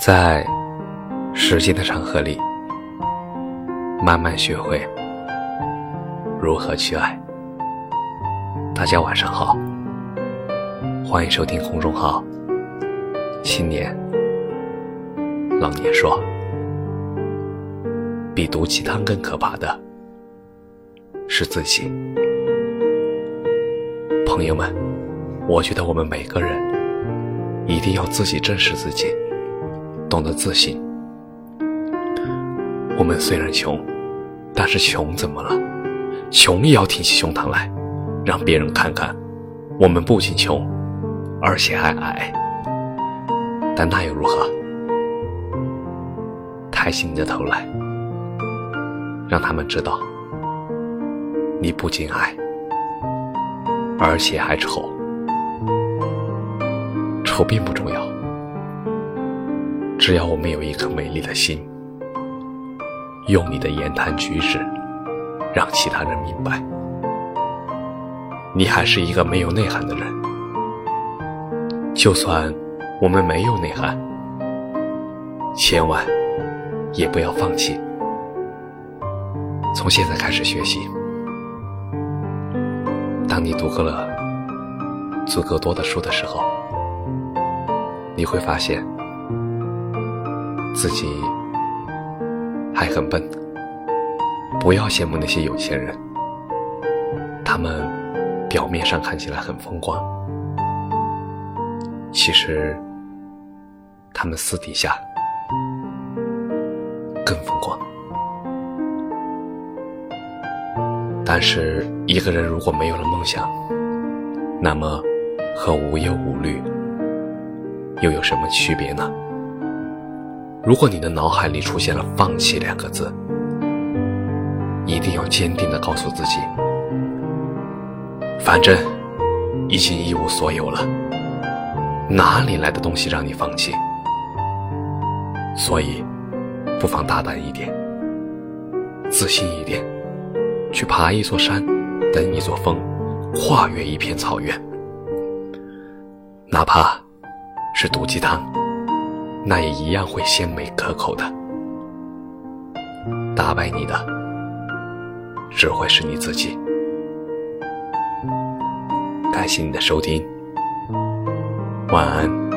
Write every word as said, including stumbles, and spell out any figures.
在时间的长河里，慢慢学会如何去爱。大家晚上好，欢迎收听公众号青年朗年说。比毒鸡汤更可怕的是自己。朋友们，我觉得我们每个人一定要自己正视自己，懂得自省。我们虽然穷，但是穷怎么了？穷也要挺起胸膛来，让别人看看我们不仅穷，而且还矮。但那又如何？抬起你的头来，让他们知道你不仅矮，而且还丑。丑并不重要，只要我们有一颗美丽的心，用你的言谈举止让其他人明白，你还是一个没有内涵的人。就算我们没有内涵，千万也不要放弃。从现在开始学习，当你读够了足够多的书的时候，你会发现自己还很笨。不要羡慕那些有钱人，他们表面上看起来很风光，其实他们私底下更风光。但是一个人如果没有了梦想，那么和无忧无虑又有什么区别呢？如果你的脑海里出现了放弃两个字，一定要坚定地告诉自己，反正已经一无所有了，哪里来的东西让你放弃？所以不妨大胆一点，自信一点，去爬一座山，登一座峰，跨越一片草原。哪怕是毒鸡汤，那也一样会鲜美可口的。打败你的只会是你自己。感谢你的收听，晚安。